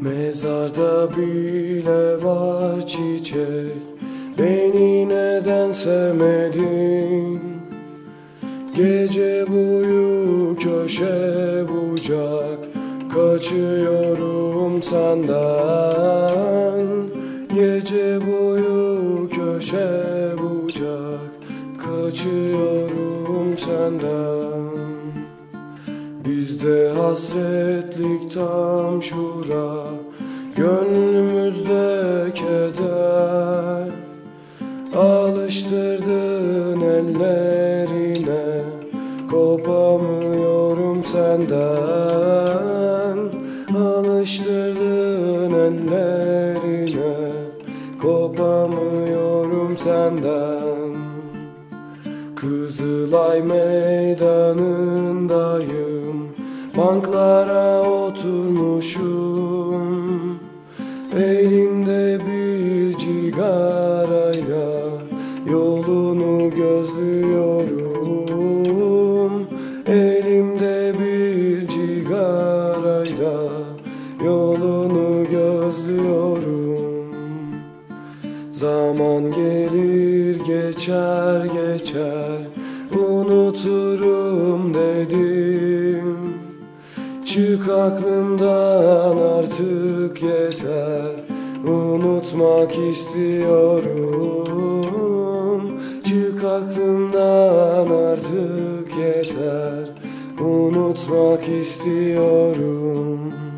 Mezarda bile var çiçek, beni neden sevmedin? Gece boyu köşe bucak kaçıyorum senden. Gece boyu köşe bucak kaçıyorum senden. Bizde hasretlik tam şura, gönlümüzde keder. Alıştırdın ellerine, kopamıyorum senden. Alıştırdın ellerine, kopamıyorum senden. Kızılay meydanındayım, banklara oturmuşum. Elimde bir cigarayla yolunu gözlüyorum. Elimde bir cigarayla yolunu gözlüyorum. Zaman gelir geçer geçer, unuturum dedim. Çık aklımdan artık yeter, unutmak istiyorum. Çık aklımdan artık yeter, unutmak istiyorum.